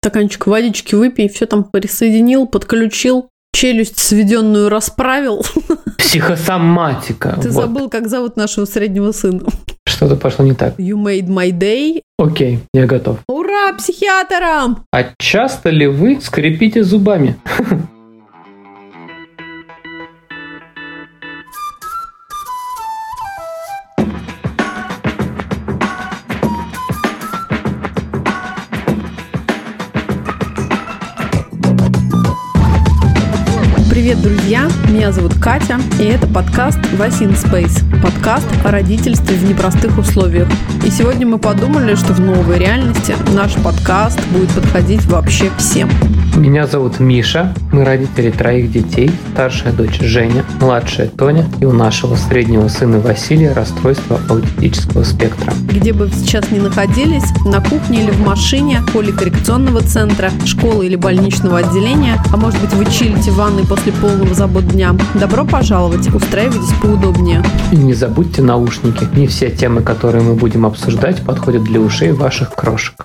Стаканчик водички выпей, все там присоединил, подключил, челюсть сведенную расправил. Психосоматика. Ты забыл, как зовут нашего среднего сына. Что-то пошло не так. You made my day. Окей, я готов. Ура, психиатрам! А часто ли вы скрипите зубами? Привет, друзья! Меня зовут Катя, и это подкаст Васин Space. Подкаст о родительстве в непростых условиях. И сегодня мы подумали, что в новой реальности наш подкаст будет подходить вообще всем. Меня зовут Миша, мы родители 3 детей, старшая дочь Женя, младшая Тоня, и у нашего среднего сына Василия расстройство аутистического спектра. Где бы вы сейчас ни находились, на кухне или в машине, в поле коррекционного центра, школы или больничного отделения, а может быть вы чилите в ванной после полного забот дня, добро пожаловать, устраивайтесь поудобнее. И не забудьте наушники, не все темы, которые мы будем обсуждать, подходят для ушей ваших крошек.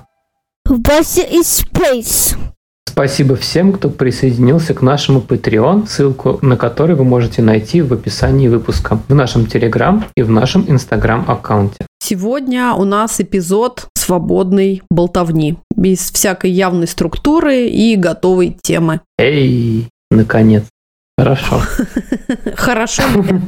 Васин Space. Спасибо всем, кто присоединился к нашему Patreon, ссылку на который вы можете найти в описании выпуска, в нашем Telegram и в нашем Instagram аккаунте. Сегодня у нас эпизод свободной болтовни, без всякой явной структуры и готовой темы. Эй, наконец. Хорошо. Хорошо.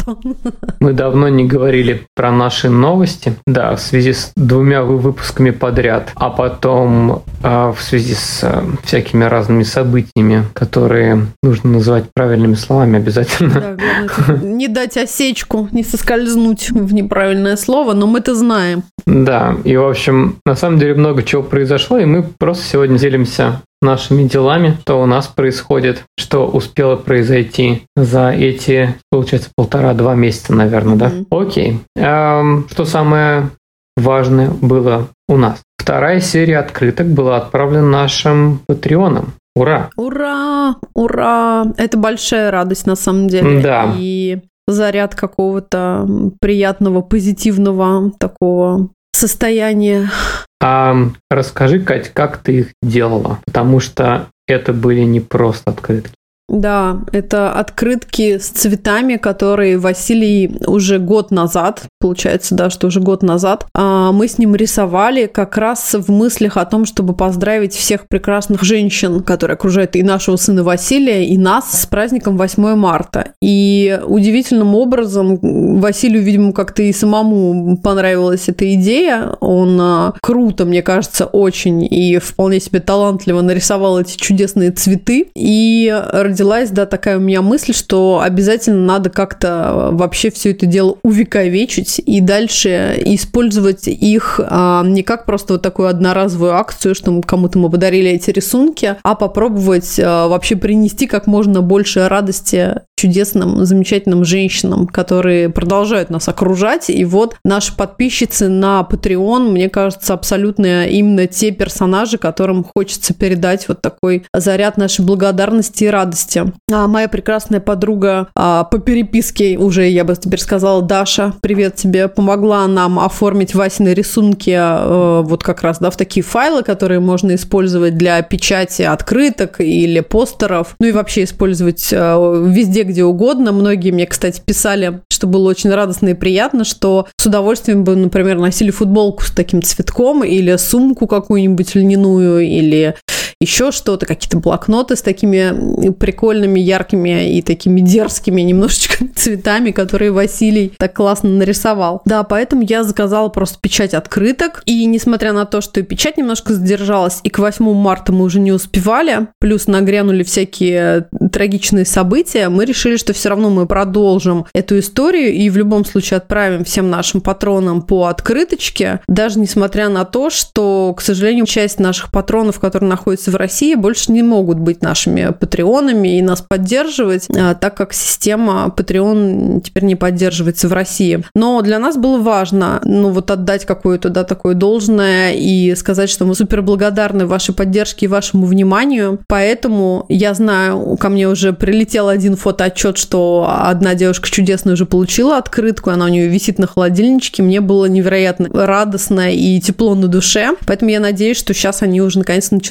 Мы давно не говорили про наши новости. Да, в связи с 2 выпусками подряд, а потом в связи с всякими разными событиями, которые нужно называть правильными словами обязательно. Да, главное, не дать осечку, не соскользнуть в неправильное слово, но мы-то знаем. Да, и в общем, на самом деле много чего произошло, и мы просто сегодня делимся нашими делами, что у нас происходит, что успело произойти за эти, получается, 1,5-2 месяца, наверное, да? Окей. Что самое важное было у нас? 2 серия открыток была отправлена нашим патреонам. Ура! Ура! Ура! Это большая радость на самом деле. Да. И заряд какого-то приятного, позитивного такого состояния. А расскажи, Кать, как ты их делала? Потому что это были не просто открытки. Да, это открытки с цветами, которые Василий уже год назад, получается, да, что уже год назад, мы с ним рисовали как раз в мыслях о том, чтобы поздравить всех прекрасных женщин, которые окружают и нашего сына Василия, и нас с праздником 8 марта. И удивительным образом Василию, видимо, как-то и самому понравилась эта идея. Он круто, мне кажется, очень и вполне себе талантливо нарисовал эти чудесные цветы. И родилась, да, такая у меня мысль, что обязательно надо как-то вообще все это дело увековечить и дальше использовать их не как просто вот такую одноразовую акцию, что кому-то мы подарили эти рисунки, а попробовать вообще принести как можно больше радости чудесным, замечательным женщинам, которые продолжают нас окружать. И вот наши подписчицы на Patreon, мне кажется, абсолютно именно те персонажи, которым хочется передать вот такой заряд нашей благодарности и радости. Моя прекрасная подруга по переписке уже, я бы теперь сказала, Даша, привет тебе, помогла нам оформить Васины рисунки вот как раз, да, в такие файлы, которые можно использовать для печати открыток или постеров, ну и вообще использовать везде, где угодно. Многие мне, кстати, писали, что было очень радостно и приятно, что с удовольствием бы, например, носили футболку с таким цветком или сумку какую-нибудь льняную или еще что-то, какие-то блокноты с такими прикольными, яркими и такими дерзкими немножечко цветами, которые Василий так классно нарисовал. Да, поэтому я заказала просто печать открыток, и несмотря на то, что и печать немножко задержалась, и к 8 марта мы уже не успевали, плюс нагрянули всякие трагичные события, мы решили, что все равно мы продолжим эту историю и в любом случае отправим всем нашим патронам по открыточке, даже несмотря на то, что, к сожалению, часть наших патронов, которые находятся в России, больше не могут быть нашими патреонами и нас поддерживать, так как система Patreon теперь не поддерживается в России. Но для нас было важно, ну вот отдать какое-то, да, такое должное и сказать, что мы супер благодарны вашей поддержке и вашему вниманию. Поэтому я знаю, ко мне уже прилетел один фотоотчет, что одна девушка чудесная уже получила открытку, она у нее висит на холодильничке. Мне было невероятно радостно и тепло на душе. Поэтому я надеюсь, что сейчас они уже наконец начинают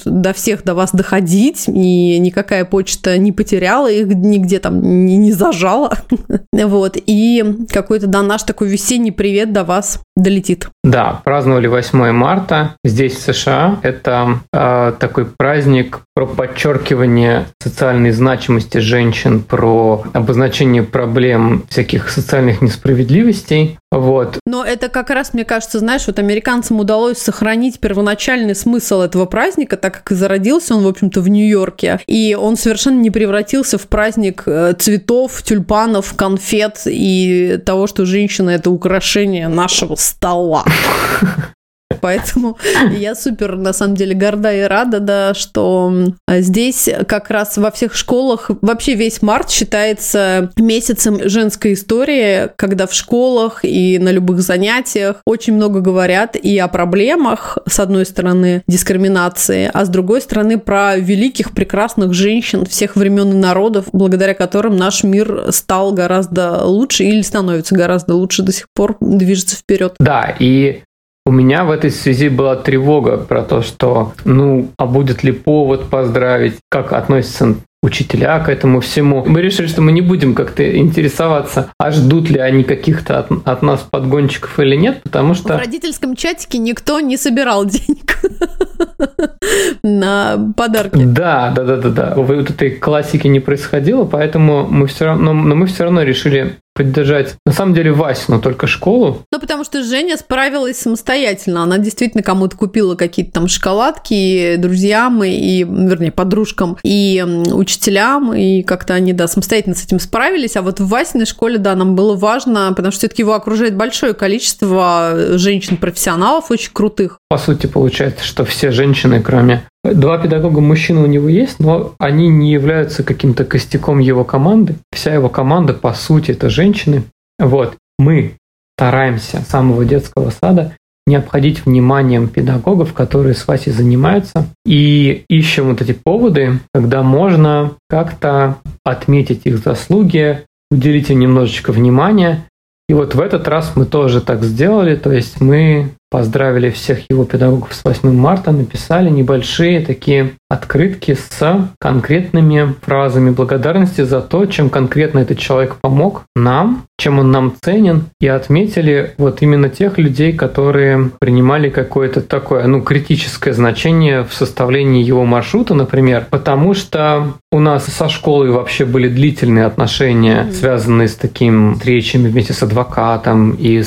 до всех до вас доходить, и никакая почта не потеряла их, нигде там не зажала. Вот, и какой-то, да, наш такой весенний привет до вас долетит. Да, праздновали 8 марта здесь, в США. Это такой праздник про подчеркивание социальной значимости женщин, про обозначение проблем всяких социальных несправедливостей. Вот. Но это как раз, мне кажется, знаешь, вот американцам удалось сохранить первоначальный смысл этого праздника, так как и зародился он, в общем-то, в Нью-Йорке. И он совершенно не превратился в праздник цветов, тюльпанов, конфет и того, что женщина – это украшение нашего стола. Поэтому я супер, на самом деле, горда и рада, да, что здесь как раз во всех школах, вообще весь март считается месяцем женской истории, когда в школах и на любых занятиях очень много говорят и о проблемах, с одной стороны, дискриминации, а с другой стороны, про великих, прекрасных женщин всех времен и народов, благодаря которым наш мир стал гораздо лучше или становится гораздо лучше, до сих пор движется вперед. Да, и у меня в этой связи была тревога про то, что, а будет ли повод поздравить, как относятся учителя к этому всему. Мы решили, что мы не будем как-то интересоваться, а ждут ли они каких-то от нас подгончиков или нет, потому что... В родительском чатике никто не собирал денег на подарки. Да. Вот этой классики не происходило, поэтому мы все равно решили поддержать, на самом деле, Васю, но только школу. Потому что Женя справилась самостоятельно. Она действительно кому-то купила какие-то там шоколадки друзьям, вернее, подружкам и учителям, и как-то они, да, самостоятельно с этим справились. А вот в Васиной школе, да, нам было важно, потому что все-таки его окружает большое количество женщин-профессионалов, очень крутых. По сути, получается, что все женщины, кроме 2 педагога мужчины у него есть, но они не являются каким-то костяком его команды. Вся его команда, по сути, это женщины. Вот. Мы стараемся с самого детского сада не обходить вниманием педагогов, которые с Васей занимаются, и ищем вот эти поводы, когда можно как-то отметить их заслуги, уделить им немножечко внимания. И вот в этот раз мы тоже так сделали, то есть мы поздравили всех его педагогов с 8 марта, написали небольшие такие открытки с конкретными фразами благодарности за то, чем конкретно этот человек помог нам, чем он нам ценен, и отметили вот именно тех людей, которые принимали какое-то такое, критическое значение в составлении его маршрута, например, потому что у нас со школой вообще были длительные отношения, связанные с такими встречами вместе с адвокатом и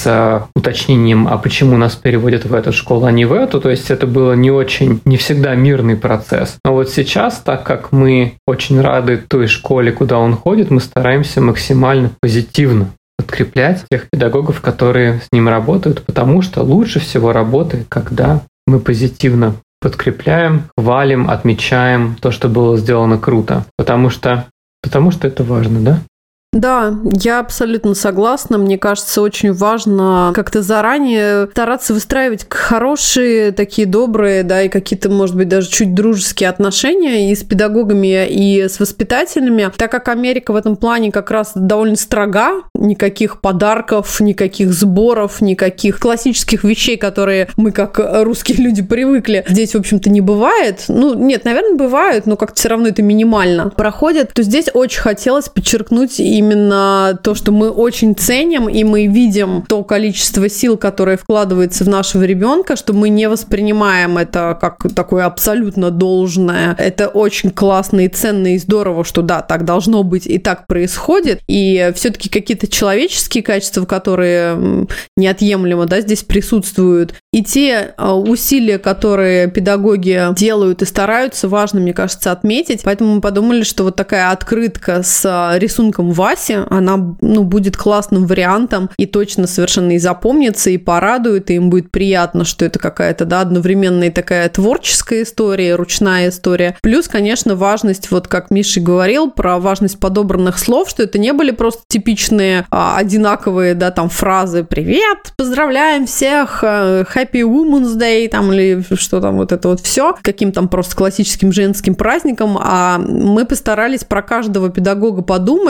с уточнением, а почему нас переводят в эту школу, а не в эту. То есть это было не всегда мирный процесс. Но вот сейчас, так как мы очень рады той школе, куда он ходит, мы стараемся максимально позитивно подкреплять тех педагогов, которые с ним работают, потому что лучше всего работает, когда мы позитивно подкрепляем, хвалим, отмечаем то, что было сделано круто. Потому что это важно, да? Да, я абсолютно согласна. Мне кажется, очень важно как-то заранее стараться выстраивать хорошие, такие добрые, да, и какие-то, может быть, даже чуть дружеские отношения и с педагогами, и с воспитателями, так как Америка в этом плане как раз довольно строга, никаких подарков, никаких сборов, никаких классических вещей, которые мы, как русские люди, привыкли, здесь, в общем-то, не бывает. Нет, наверное, бывают, но как-то все равно это минимально проходит. То здесь очень хотелось подчеркнуть именно то, что мы очень ценим, и мы видим то количество сил, которое вкладывается в нашего ребенка, что мы не воспринимаем это как такое абсолютно должное. Это очень классно и ценно, и здорово, что да, так должно быть и так происходит. И все-таки какие-то человеческие качества, которые неотъемлемо, да, здесь присутствуют, и те усилия, которые педагоги делают и стараются, важно, мне кажется, отметить. Поэтому мы подумали, что вот такая открытка с рисунком Васи, она, будет классным вариантом и точно совершенно и запомнится, и порадует, и им будет приятно, что это какая-то, да, одновременная такая творческая история, ручная история. Плюс, конечно, важность, вот как Миша говорил, про важность подобранных слов, что это не были просто типичные одинаковые, да, там фразы «Привет! Поздравляем всех! Happy Women's Day!» там, или что там, вот это вот все, каким там просто классическим женским праздником, а мы постарались про каждого педагога подумать, насколько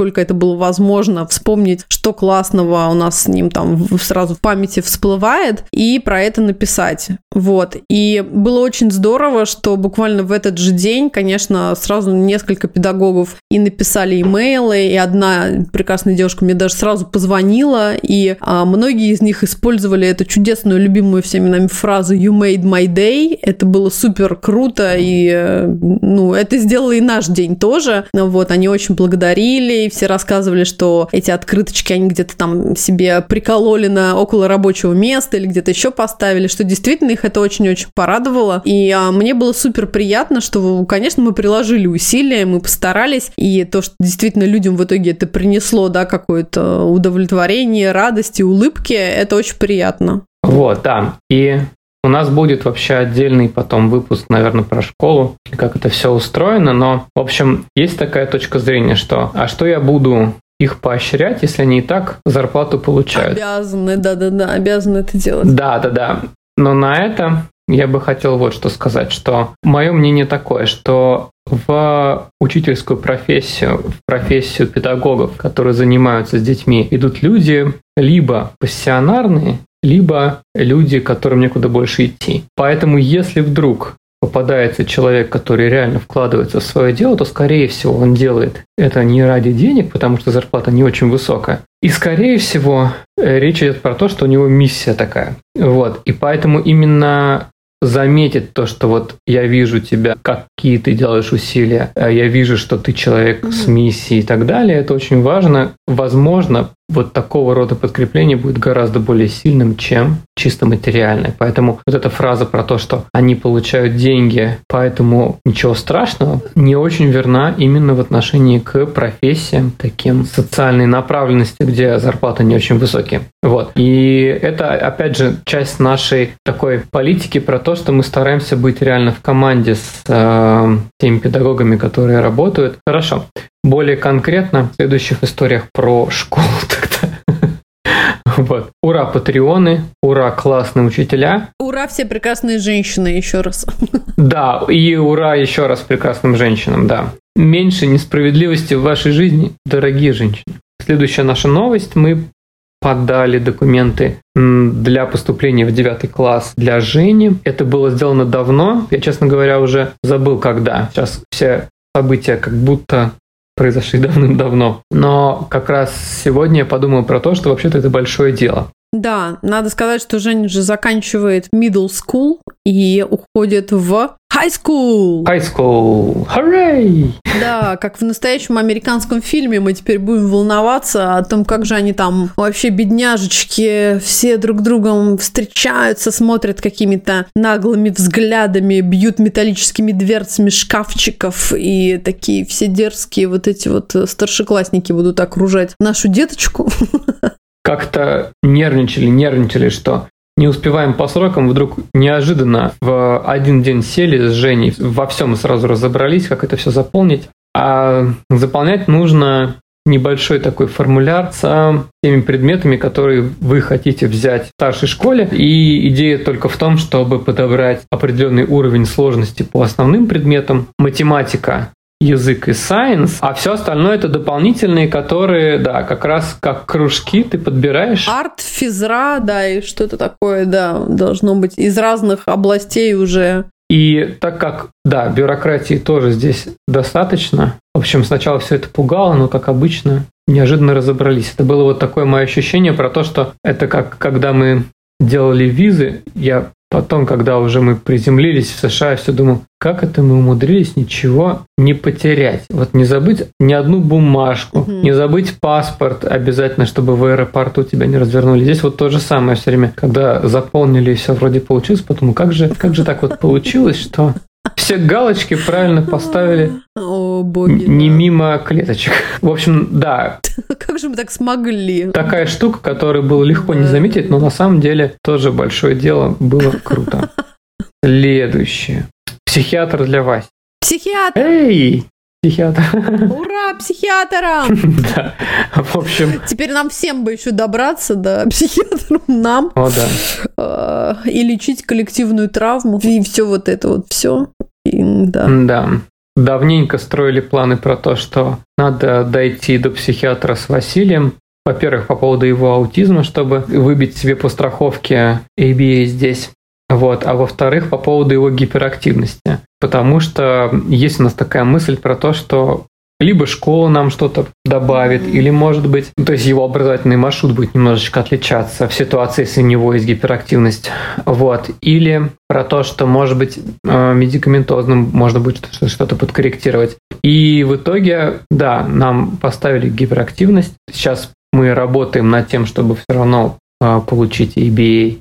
насколько это было возможно, вспомнить, что классного у нас с ним там сразу в памяти всплывает, и про это написать. Вот. И было очень здорово, что буквально в этот же день, конечно, сразу несколько педагогов и написали имейлы, и одна прекрасная девушка мне даже сразу позвонила, и многие из них использовали эту чудесную, любимую всеми нами фразу «You made my day». Это было супер круто, и это сделало и наш день тоже. Вот, они очень благодарили, и все рассказывали, что эти открыточки они где-то там себе прикололи около рабочего места или где-то еще поставили, что действительно их это очень-очень порадовало. И мне было супер приятно, что, конечно, мы приложили усилия, мы постарались, и то, что действительно людям в итоге это принесло, да, какое-то удовлетворение, радость и улыбки, это очень приятно. Вот, да. И у нас будет вообще отдельный потом выпуск, наверное, про школу, как это все устроено, но, в общем, есть такая точка зрения, что что я буду их поощрять, если они и так зарплату получают? Обязаны, да-да-да, обязаны это делать. Да-да-да. Но на это я бы хотел вот что сказать, что мое мнение такое, что в учительскую профессию, в профессию педагогов, которые занимаются с детьми, идут люди либо пассионарные, либо люди, которым некуда больше идти. Поэтому если вдруг попадается человек, который реально вкладывается в свое дело, то, скорее всего, он делает это не ради денег, потому что зарплата не очень высокая. И, скорее всего, речь идет про то, что у него миссия такая. Вот. И поэтому именно заметить то, что вот я вижу тебя, какие ты делаешь усилия, я вижу, что ты человек с миссией и так далее, это очень важно. Возможно, вот такого рода подкрепление будет гораздо более сильным, чем чисто материальное. Поэтому вот эта фраза про то, что они получают деньги, поэтому ничего страшного, не очень верна именно в отношении к профессиям, таким социальной направленности, где зарплаты не очень высокие. Вот. И это, опять же, часть нашей такой политики про то, что мы стараемся быть реально в команде с теми педагогами, которые работают. Хорошо. Более конкретно в следующих историях про школу тогда. Вот. Ура, патреоны, ура, классные учителя. Ура, все прекрасные женщины, еще раз. Да, и ура еще раз прекрасным женщинам, да. Меньше несправедливости в вашей жизни, дорогие женщины. Следующая наша новость. Мы подали документы для поступления в 9 класс для Жени. Это было сделано давно. Я, честно говоря, уже забыл, когда. Сейчас все события как будто произошли давным-давно. Но как раз сегодня я подумал про то, что вообще-то это большое дело. Да, надо сказать, что Женя же заканчивает middle school и уходит в high school. High school. Hooray! Да, как в настоящем американском фильме мы теперь будем волноваться о том, как же они там вообще бедняжечки, все друг другом встречаются, смотрят какими-то наглыми взглядами, бьют металлическими дверцами шкафчиков, и такие все дерзкие вот эти вот старшеклассники будут окружать нашу деточку. Как-то нервничали, что не успеваем по срокам, вдруг неожиданно в один день сели с Женей, во всем сразу разобрались, как это все заполнить. А заполнять нужно небольшой такой формуляр с теми предметами, которые вы хотите взять в старшей школе. И идея только в том, чтобы подобрать определенный уровень сложности по основным предметам. Математика, язык и science, а все остальное это дополнительные, которые, да, как раз как кружки ты подбираешь. Арт, физра, да, и что-то такое, да, должно быть из разных областей уже. И так как, да, бюрократии тоже здесь достаточно, в общем, сначала все это пугало, но, как обычно, неожиданно разобрались. Это было вот такое мое ощущение про то, что это как когда мы делали визы, я потом, когда уже мы приземлились в США, я все думал, как это мы умудрились ничего не потерять. Вот не забыть ни одну бумажку, не забыть паспорт обязательно, чтобы в аэропорту тебя не развернули. Здесь вот то же самое все время. Когда заполнили, все вроде получилось, потом как же так вот получилось, что все галочки правильно поставили. О, боги, не мимо клеточек. В общем, да. Как же мы так смогли? Такая штука, которую было легко не заметить, но на самом деле тоже большое дело, было круто. Следующее. Психиатр для Васи. Психиатр! Эй! Психиатр. Ура, психиатрам! Да, в общем... Теперь нам всем бы еще добраться до психиатра, нам. О, да. И лечить коллективную травму. И все вот это вот все. И, да. Да. давненько строили планы про то, что надо дойти до психиатра с Василием. Во-первых, по поводу его аутизма, чтобы выбить себе по страховке ABA здесь. Вот. А во-вторых, по поводу его гиперактивности. Потому что есть у нас такая мысль про то, что либо школа нам что-то добавит, или, может быть, то есть его образовательный маршрут будет немножечко отличаться в ситуации, если у него есть гиперактивность. Вот. Или про то, что, может быть, медикаментозным можно будет что-то подкорректировать. И в итоге, да, нам поставили гиперактивность. Сейчас мы работаем над тем, чтобы все равно получить ABA,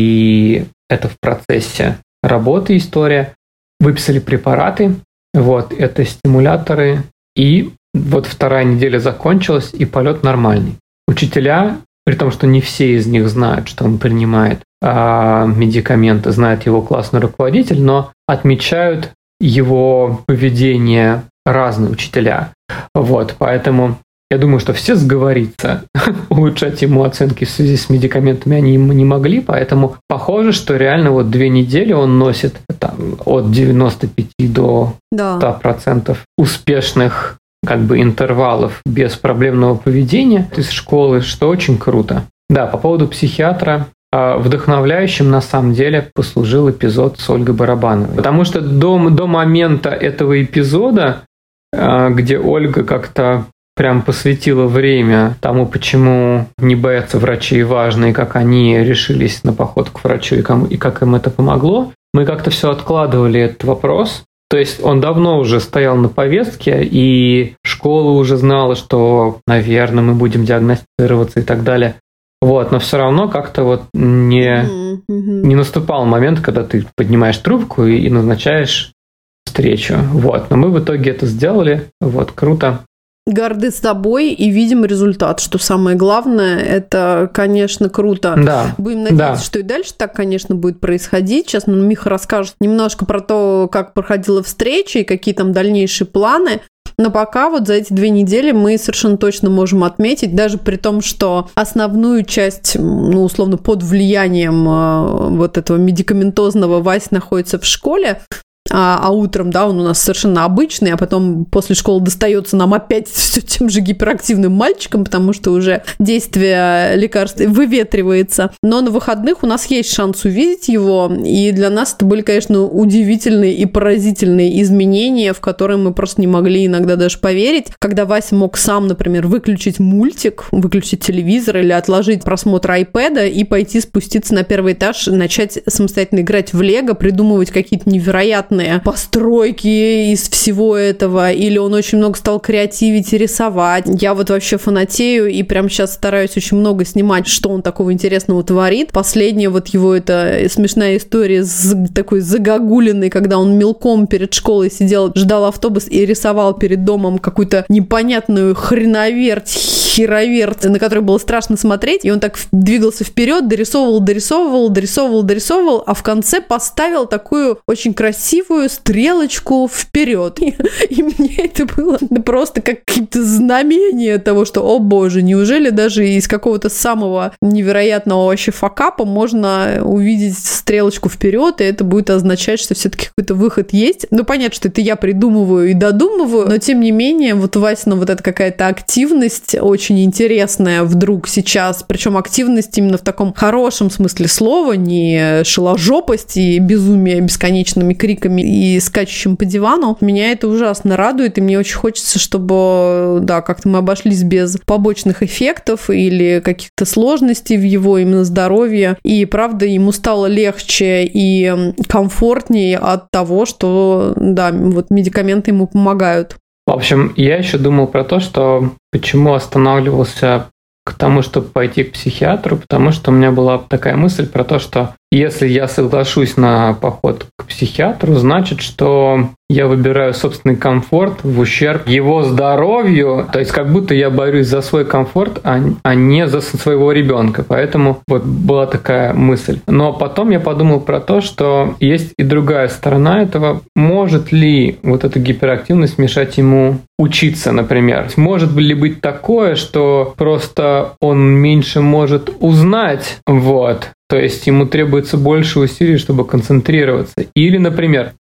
и это в процессе работы история. Выписали препараты, вот, это стимуляторы, и вот вторая неделя закончилась, и полет нормальный. Учителя, при том, что не все из них знают, что он принимает медикаменты, знает его классный руководитель, но отмечают его поведение разные учителя. Вот, поэтому я думаю, что все сговориться, улучшать ему оценки в связи с медикаментами они не могли, поэтому похоже, что реально вот 2 недели он носит там, от 95 до 100% успешных как бы интервалов беспроблемного поведения из школы, что очень круто. Да, по поводу психиатра, вдохновляющим на самом деле послужил эпизод с Ольгой Барабановой. Потому что до момента этого эпизода, где Ольга как-то прям посвятила время тому, почему не боятся врачей важно, и как они решились на поход к врачу, и как им это помогло, мы как-то все откладывали этот вопрос. То есть он давно уже стоял на повестке, и школа уже знала, что, наверное, мы будем диагностироваться и так далее. Вот, но все равно как-то вот не наступал момент, когда ты поднимаешь трубку и назначаешь встречу. Вот, но мы в итоге это сделали. Вот, круто. Горды собой и видим результат, что самое главное, это, конечно, круто. Да. Будем надеяться, что и дальше так, конечно, будет происходить. Сейчас Миха расскажет немножко про то, как проходила встреча и какие там дальнейшие планы. Но пока вот за эти 2 недели мы совершенно точно можем отметить, даже при том, что основную часть, ну, условно, под влиянием вот этого медикаментозного Вась находится в школе, а утром, да, он у нас совершенно обычный, а потом после школы достается нам опять все тем же гиперактивным мальчиком, потому что уже действие лекарств выветривается. Но на выходных у нас есть шанс увидеть его, и для нас это были, конечно, удивительные и поразительные изменения, в которые мы просто не могли иногда даже поверить. Когда Вася мог сам, например, выключить мультик, выключить телевизор или отложить просмотр айпэда и пойти спуститься на 1-й этаж, начать самостоятельно играть в лего, придумывать какие-то невероятные постройки из всего этого, или он очень много стал креативить и рисовать. Я вот вообще фанатею и прямо сейчас стараюсь очень много снимать, что он такого интересного творит. Последняя вот его эта смешная история с такой загогулиной, когда он мелком перед школой сидел, ждал автобус и рисовал перед домом какую-то непонятную хероверт, на который было страшно смотреть, и он так двигался вперед, дорисовывал, а в конце поставил такую очень красивую стрелочку вперед. И мне это было просто как какие-то знамения того, что, о боже, неужели даже из какого-то самого невероятного вообще факапа можно увидеть стрелочку вперед, и это будет означать, что все-таки какой-то выход есть. Ну, понятно, что это я придумываю и додумываю, но тем не менее, вот Васина вот эта какая-то активность очень интересная вдруг сейчас, причем активность именно в таком хорошем смысле слова, не шеложопость и безумие бесконечными криками и скачущим по дивану. Меня это ужасно радует, и мне очень хочется, чтобы, да, как-то мы обошлись без побочных эффектов или каких-то сложностей в его именно здоровье. И, правда, ему стало легче и комфортнее от того, что, да, вот медикаменты ему помогают. В общем, я еще думал про то, что почему останавливался к тому, чтобы пойти к психиатру, потому что у меня была такая мысль про то, что если я соглашусь на поход к психиатру, значит, что я выбираю собственный комфорт в ущерб его здоровью. То есть как будто я борюсь за свой комфорт, а не за своего ребенка. Поэтому вот была такая мысль. Но потом я подумал про то, что есть и другая сторона этого. Может ли вот эта гиперактивность мешать ему учиться, например? Может ли быть такое, что просто он меньше может узнать, вот, то есть ему требуется больше усилий, чтобы концентрироваться. Или, например,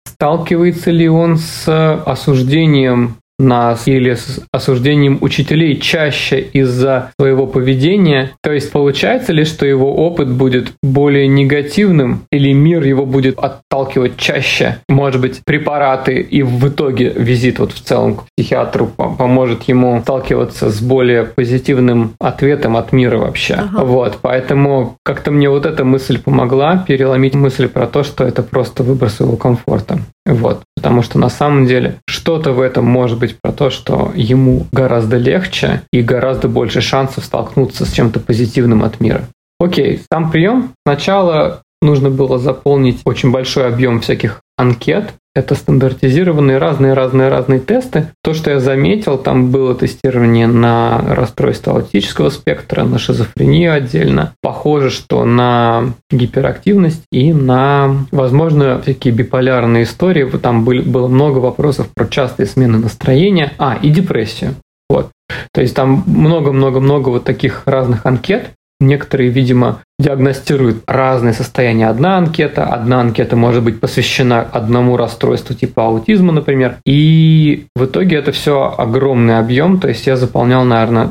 сталкивается ли он с осуждением нас или с осуждением учителей чаще из-за своего поведения. То есть получается ли, что его опыт будет более негативным или мир его будет отталкивать чаще? Может быть, препараты и в итоге визит вот в целом к психиатру поможет ему сталкиваться с более позитивным ответом от мира вообще. Вот, поэтому как-то мне вот эта мысль помогла переломить мысль про то, что это просто выбор своего комфорта. Вот, потому что на самом деле что-то в этом может быть про то, что ему гораздо легче и гораздо больше шансов столкнуться с чем-то позитивным от мира. Окей, сам прием. Сначала нужно было заполнить очень большой объем всяких анкет. Это стандартизированные разные тесты. То, что я заметил, там было тестирование на расстройство аутического спектра, на шизофрению отдельно. Похоже, что на гиперактивность и на, возможно, всякие биполярные истории. Там было много вопросов про частые смены настроения. И депрессию. Вот. То есть там много-много-много вот таких разных анкет. Некоторые, видимо, диагностируют разные состояния. Одна анкета может быть посвящена одному расстройству типа аутизма, например. И в итоге это все огромный объем. То есть я заполнял, наверное,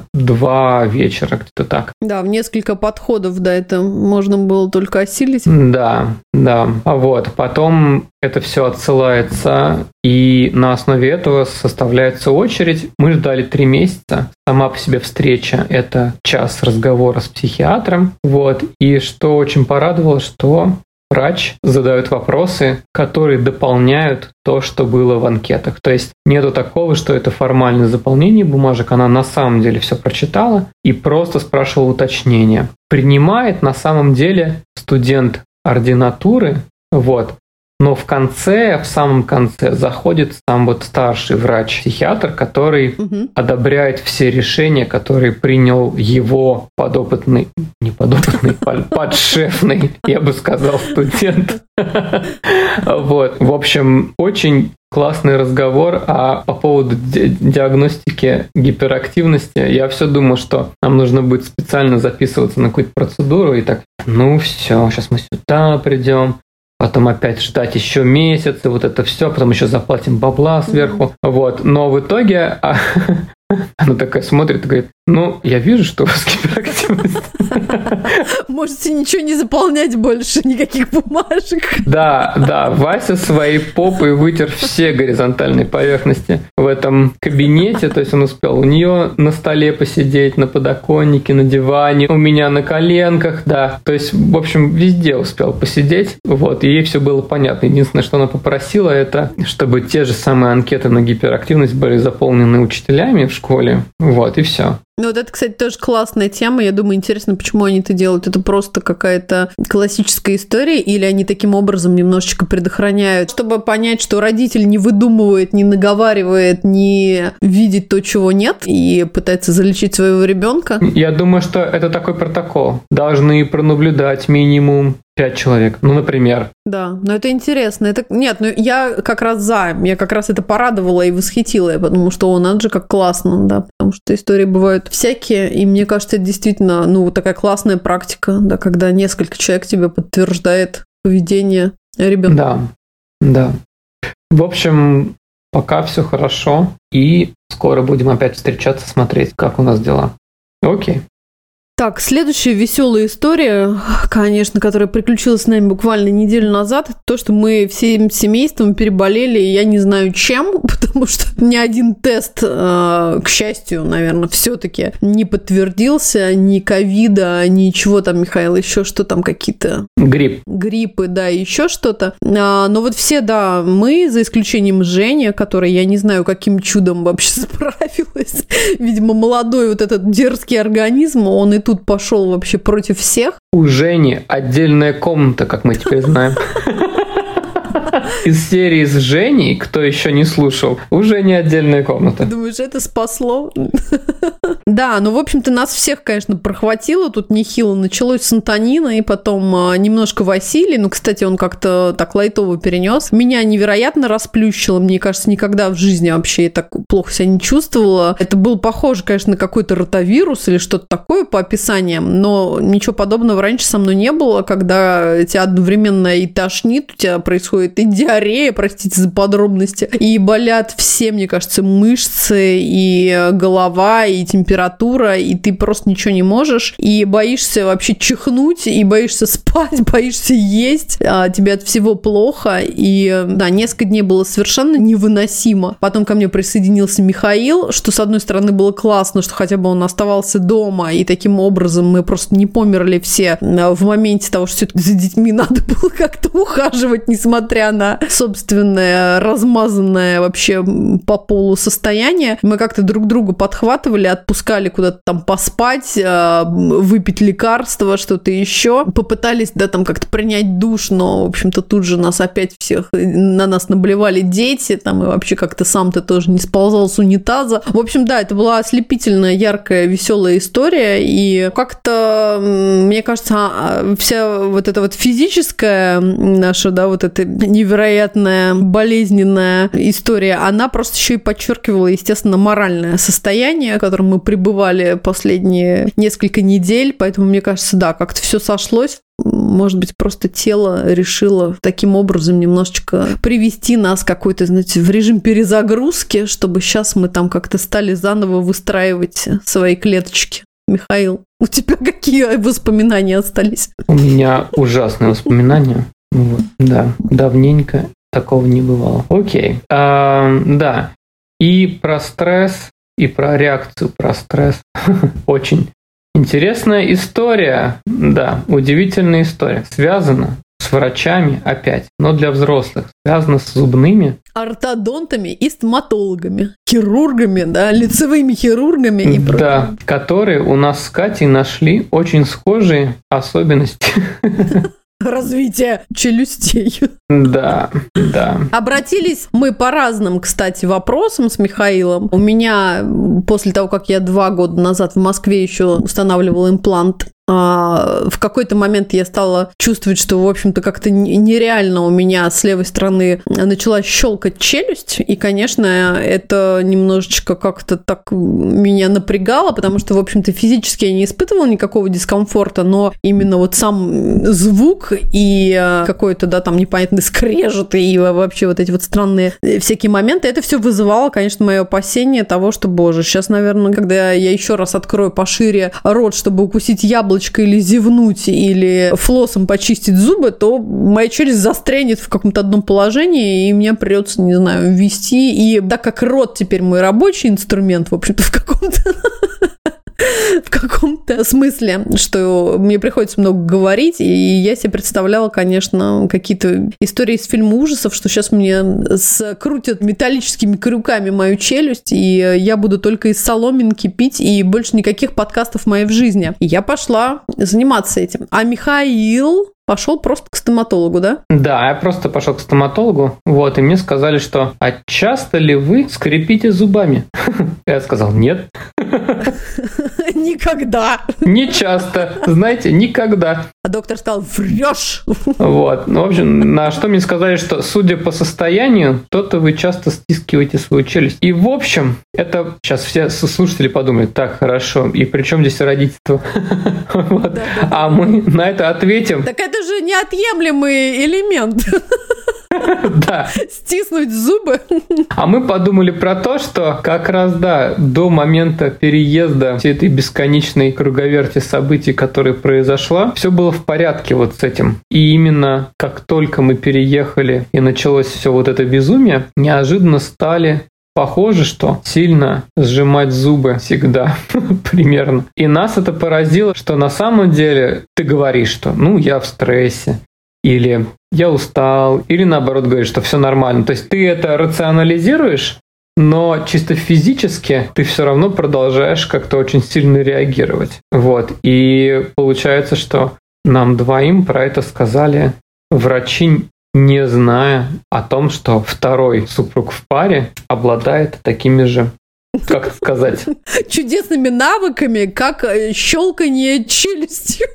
2 вечера, где-то так. Да, в несколько подходов, да, это можно было только осилить. Да. Вот. Потом это все отсылается, и на основе этого составляется очередь. Мы ждали 3 месяца. Сама по себе встреча – это час разговора с психиатром. Вот. И что очень порадовало, что врач задает вопросы, которые дополняют то, что было в анкетах. То есть нету такого, что это формальное заполнение бумажек, она на самом деле все прочитала и просто спрашивала уточнения. Принимает на самом деле студент ординатуры, вот. Но в самом конце заходит сам вот старший врач-психиатр, который одобряет все решения, которые принял его подшефный, я бы сказал, студент. Вот. В общем, очень классный разговор. А по поводу диагностики гиперактивности, я все думал, что нам нужно будет специально записываться на какую-то процедуру и так, все, сейчас мы сюда придем. Потом опять ждать еще месяц, и вот это все, потом еще заплатим бабла сверху. Вот. Но в итоге она такая смотрит и говорит, я вижу, что у вас гиперактивность. Можете ничего не заполнять больше, никаких бумажек. Да, Вася своей попой вытер все горизонтальные поверхности в этом кабинете, то есть он успел у нее на столе посидеть, на подоконнике, на диване, у меня на коленках, да. То есть, в общем, везде успел посидеть, вот, и ей все было понятно. Единственное, что она попросила, это чтобы те же самые анкеты на гиперактивность были заполнены учителями в школе, вот, и все. Вот это, кстати, тоже классная тема. Я думаю, интересно, почему они это делают. Это просто какая-то классическая история, или они таким образом немножечко предохраняют, чтобы понять, что родитель не выдумывает, не наговаривает, не видит то, чего нет, и пытается залечить своего ребенка. Я думаю, что это такой протокол. Должны пронаблюдать минимум 5 человек, например. Да, но это интересно. Я как раз за. Меня как раз это порадовало и восхитило, потому что надо же как классно, да, потому что истории бывают всякие, и мне кажется, это действительно, такая классная практика, да, когда несколько человек тебе подтверждает поведение ребенка. Да. В общем, пока все хорошо, и скоро будем опять встречаться, смотреть, как у нас дела. Окей. Так, следующая веселая история, конечно, которая приключилась с нами буквально неделю назад, это то, что мы всем семейством переболели, я не знаю чем, потому что ни один тест, к счастью, наверное, все-таки не подтвердился, ни ковида, ничего там, Михаил, еще что там какие-то... Гриппы, да, еще что-то. Но вот все, да, мы, за исключением Жени, которая, я не знаю, каким чудом вообще справилась, видимо, молодой вот этот дерзкий организм, он и тут пошел вообще против всех. У Жени отдельная комната, как мы теперь знаем. Из серии с Женей, кто еще не слушал, у Жени отдельная комната. Думаешь, это спасло? Да, в общем-то, нас всех, конечно, прохватило. Тут нехило началось с Антонина, и потом немножко Василий. Кстати, он как-то так лайтово перенес. Меня невероятно расплющило. Мне кажется, никогда в жизни вообще я так плохо себя не чувствовала. Это был похоже, конечно, на какой-то ротавирус или что-то такое по описаниям, но ничего подобного раньше со мной не было, когда тебя одновременно и тошнит, у тебя происходит и диарея, диарея, простите за подробности, и болят все, мне кажется, мышцы, и голова, и температура, и ты просто ничего не можешь, и боишься вообще чихнуть, и боишься спать, боишься есть, тебе от всего плохо, и да, несколько дней было совершенно невыносимо. Потом ко мне присоединился Михаил, что, с одной стороны, было классно, что хотя бы он оставался дома, и таким образом мы просто не померли все в моменте того, что все-таки за детьми надо было как-то ухаживать, несмотря на собственное размазанное вообще по полу состояние. Мы как-то друг друга подхватывали, отпускали куда-то там поспать, выпить лекарства, что-то еще. Попытались, да, там как-то принять душ, но, в общем-то, тут же нас опять всех, на нас наблевали дети, там, и вообще как-то сам-то тоже не сползал с унитаза. В общем, да, это была ослепительная, яркая, веселая история, и как-то, мне кажется, вся вот эта вот физическая наша, да, вот эта невероятная, болезненная история, она просто еще и подчеркивала, естественно, моральное состояние, в котором мы пребывали последние несколько недель, поэтому, мне кажется, да, как-то все сошлось. Может быть, просто тело решило таким образом немножечко привести нас какой-то, знаете, в режим перезагрузки, чтобы сейчас мы там как-то стали заново выстраивать свои клеточки. Михаил, у тебя какие воспоминания остались? У меня ужасные воспоминания. Вот, да, давненько такого не бывало. Окей. Да. И про стресс, и про реакцию про стресс. Очень интересная история. Да, удивительная история. Связана с врачами опять, но для взрослых. Связана с зубными. Ортодонтами и стоматологами. Хирургами, да, лицевыми хирургами и прочим. Да, которые у нас с Катей нашли очень схожие особенности. Развитие челюстей. Да, да. Обратились мы по разным, кстати, вопросам с Михаилом. У меня после того, как я 2 года назад в Москве еще устанавливала имплант, в какой-то момент я стала чувствовать, что, в общем-то, как-то нереально у меня с левой стороны начала щелкать челюсть, и, конечно, это немножечко как-то так меня напрягало, потому что, в общем-то, физически я не испытывала никакого дискомфорта, но именно вот сам звук и какой-то, да, там непонятный скрежет и вообще вот эти вот странные всякие моменты, это все вызывало, конечно, мое опасение того, что, боже, сейчас, наверное, когда я еще раз открою пошире рот, чтобы укусить яблоко или зевнуть, или флоссом почистить зубы, то моя челюсть застрянет в каком-то одном положении, и мне придется, не знаю, ввести. И так как рот теперь мой рабочий инструмент, в общем-то, в каком-то смысле, что мне приходится много говорить, и я себе представляла, конечно, какие-то истории из фильма ужасов, что сейчас мне скрутят металлическими крюками мою челюсть, и я буду только из соломинки пить, и больше никаких подкастов моей в жизни. И я пошла заниматься этим. А Михаил пошел просто к стоматологу, да? Да, я просто пошел к стоматологу, вот, и мне сказали, что «А часто ли вы скрипите зубами?» Я сказал «Нет». Никогда. Не часто, знаете, никогда. А доктор сказал «Врешь». Вот, ну, в общем, на что мне сказали, что, судя по состоянию, то-то вы часто стискиваете свою челюсть. И, в общем, это сейчас все слушатели подумают, так, хорошо, и при чем здесь родительство? А мы на это ответим. Так это же неотъемлемый элемент. Да. Стиснуть зубы. А мы подумали про то, что как раз, да, до момента переезда всей этой бесконечной круговерти событий, которая произошла, все было в порядке вот с этим. И именно как только мы переехали и началось все вот это безумие, неожиданно стали похоже, что сильно сжимать зубы всегда примерно. И нас это поразило, что на самом деле ты говоришь, что ну я в стрессе, или я устал, или наоборот говоришь, что все нормально. То есть ты это рационализируешь, но чисто физически ты все равно продолжаешь как-то очень сильно реагировать. Вот. И получается, что нам двоим про это сказали врачи, не зная о том, что второй супруг в паре обладает такими же, как сказать, чудесными навыками, как щелканье челюстью.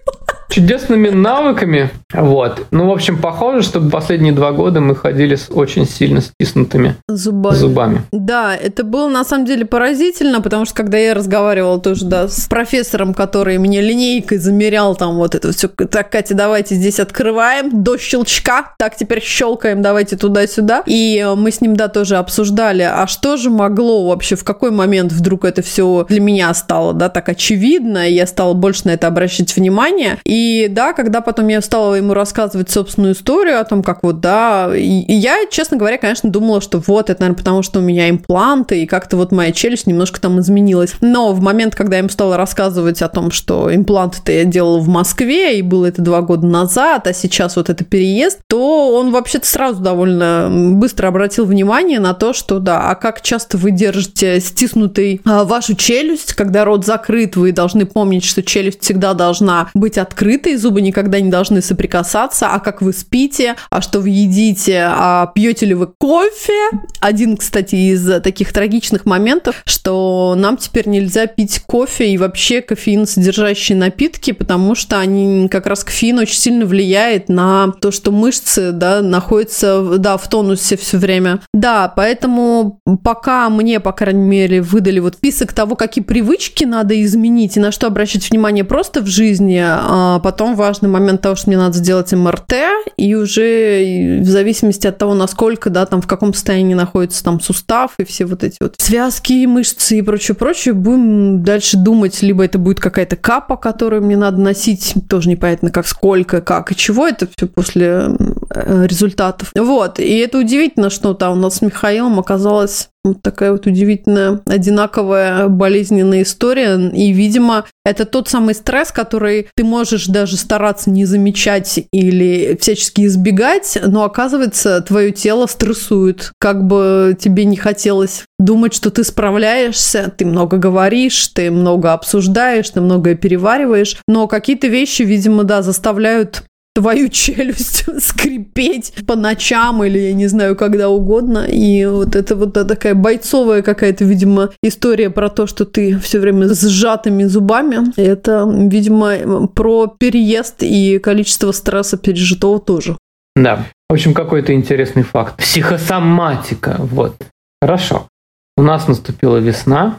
чудесными навыками. Вот. Ну, в общем, похоже, что последние 2 года мы ходили с очень сильно стиснутыми зубами. Да, это было на самом деле поразительно, потому что когда я разговаривала тоже, да, с профессором, который мне линейкой замерял там вот это все, так, Катя, давайте здесь открываем до щелчка, так, теперь щелкаем, давайте туда-сюда. И мы с ним, да, тоже обсуждали, а что же могло вообще, в какой момент вдруг это все для меня стало, да, так очевидно, и я стала больше на это обращать внимание. И да, когда потом я стала ему рассказывать собственную историю о том, как вот, да, и я, честно говоря, конечно, думала, что вот, это, наверное, потому что у меня импланты, и как-то вот моя челюсть немножко там изменилась. Но в момент, когда я ему стала рассказывать о том, что импланты-то я делала в Москве, и было это 2 года назад, а сейчас вот это переезд, то он вообще-то сразу довольно быстро обратил внимание на то, что да, а как часто вы держите стиснутой вашу челюсть, когда рот закрыт, вы должны помнить, что челюсть всегда должна быть открытой, зубы никогда не должны соприкасаться, а как вы спите, а что вы едите, а пьете ли вы кофе. Один, кстати, из таких трагичных моментов, что нам теперь нельзя пить кофе и вообще кофеиносодержащие напитки, потому что они, как раз кофеин очень сильно влияет на то, что мышцы, да, находятся, да, в тонусе все время. Да, поэтому пока мне, по крайней мере, выдали вот список того, какие привычки надо изменить и на что обращать внимание просто в жизни, а потом важный момент того, что мне надо сделать МРТ, и уже в зависимости от того, насколько, да, там в каком состоянии находится там сустав и все вот эти вот связки, мышцы и прочее, будем дальше думать, либо это будет какая-то капа, которую мне надо носить, тоже непонятно как, сколько, как и чего, это все после результатов. Вот, и это удивительно, что там у нас с Михаилом оказалась вот такая вот удивительная, одинаковая болезненная история. И, видимо, это тот самый стресс, который ты можешь даже стараться не замечать или всячески избегать, но, оказывается, твое тело стрессует. Как бы тебе не хотелось думать, что ты справляешься, ты много говоришь, ты много обсуждаешь, ты многое перевариваешь, но какие-то вещи, видимо, да, заставляют твою челюсть скрипеть по ночам или, я не знаю, когда угодно. И вот это вот такая бойцовая какая-то, видимо, история про то, что ты все время с сжатыми зубами. Это, видимо, про переезд и количество стресса пережитого тоже. Да. В общем, какой-то интересный факт. Психосоматика. Вот. Хорошо. У нас наступила весна.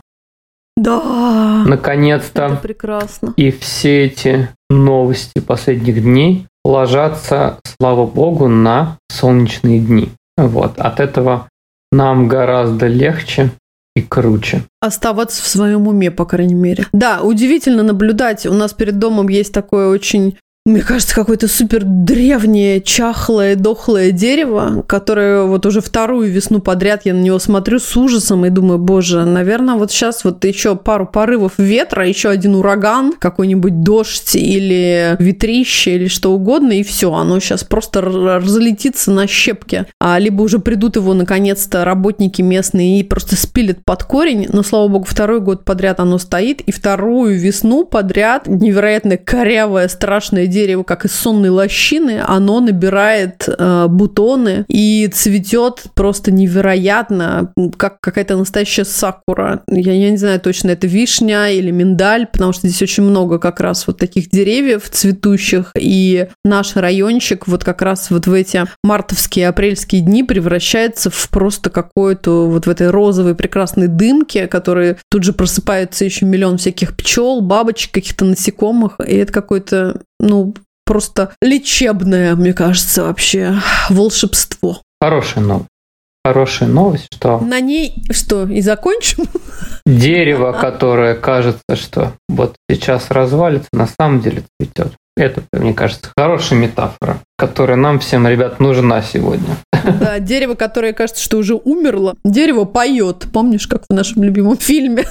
Да. Наконец-то. Это прекрасно. И все эти новости последних дней ложатся, слава богу, на солнечные дни. Вот. От этого нам гораздо легче и круче. Оставаться в своем уме, по крайней мере. Да, удивительно наблюдать. У нас перед домом есть такое очень, мне кажется, какое-то супер древнее, чахлое, дохлое дерево, которое вот уже 2-ю весну подряд я на него смотрю с ужасом и думаю, боже, наверное, вот сейчас вот еще пару порывов ветра, еще один ураган, какой-нибудь дождь или ветрище или что угодно, и все, оно сейчас просто разлетится на щепки. Либо уже придут его, наконец-то, работники местные и просто спилят под корень, но, слава богу, 2-й год подряд оно стоит, и 2-ю весну подряд невероятно корявое, страшное дерево, как из сонной лощины, оно набирает бутоны и цветет просто невероятно, как какая-то настоящая сакура. Я не знаю точно, это вишня или миндаль, потому что здесь очень много как раз вот таких деревьев цветущих, и наш райончик вот как раз вот в эти мартовские, апрельские дни превращается в просто какое-то вот в этой розовой прекрасной дымке, которые тут же просыпаются еще миллион всяких пчел, бабочек, каких-то насекомых, и это какой-то, просто лечебное, мне кажется, вообще волшебство. Хорошая новость, что... На ней что, и закончим? Дерево, которое кажется, что вот сейчас развалится, на самом деле цветет. Это, мне кажется, хорошая метафора, которая нам всем, ребят, нужна сегодня. Да, дерево, которое кажется, что уже умерло. Дерево поет. Помнишь, как в нашем любимом фильме?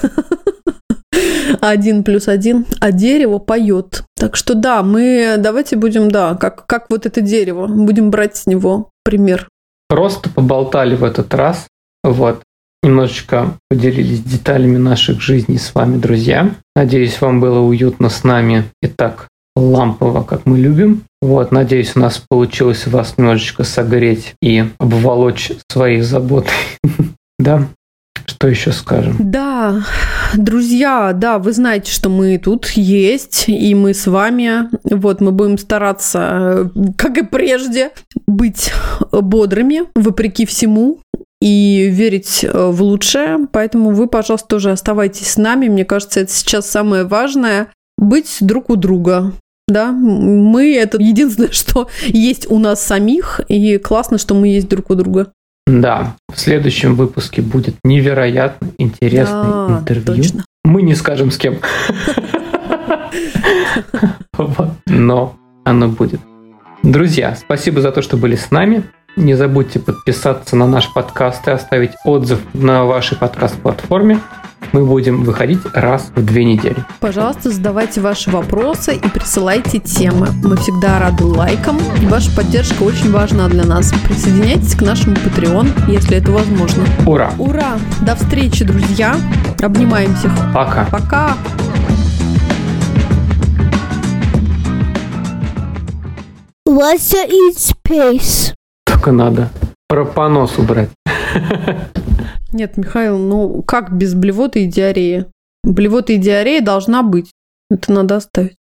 1+1, а дерево поет. Так что да, мы давайте будем, да, как вот это дерево, будем брать с него пример. Просто поболтали в этот раз, вот, немножечко поделились деталями наших жизней с вами, друзья. Надеюсь, вам было уютно с нами и так лампово, как мы любим. Вот, надеюсь, у нас получилось вас немножечко согреть и обволочь своей заботой. Да? Что еще скажем? Да, друзья, да, вы знаете, что мы тут есть, и мы с вами. Вот, мы будем стараться, как и прежде, быть бодрыми, вопреки всему, и верить в лучшее. Поэтому вы, пожалуйста, тоже оставайтесь с нами. Мне кажется, это сейчас самое важное – быть друг у друга. Да, мы – это единственное, что есть у нас самих, и классно, что мы есть друг у друга. Да, в следующем выпуске будет невероятно интересное интервью. Точно. Мы не скажем с кем, но оно будет. Друзья, спасибо за то, что были с нами. Не забудьте подписаться на наш подкаст и оставить отзыв на вашей подкаст-платформе. Мы будем выходить раз в 2 недели. Пожалуйста, задавайте ваши вопросы и присылайте темы. Мы всегда рады лайкам, и ваша поддержка очень важна для нас. Присоединяйтесь к нашему Patreon, если это возможно. Ура! Ура! До встречи, друзья! Обнимаем всех. Пока! Пока! Russia in space. Только надо про понос убрать. Нет, Михаил, ну как без блевоты и диареи? Блевота и диарея должна быть. Это надо оставить.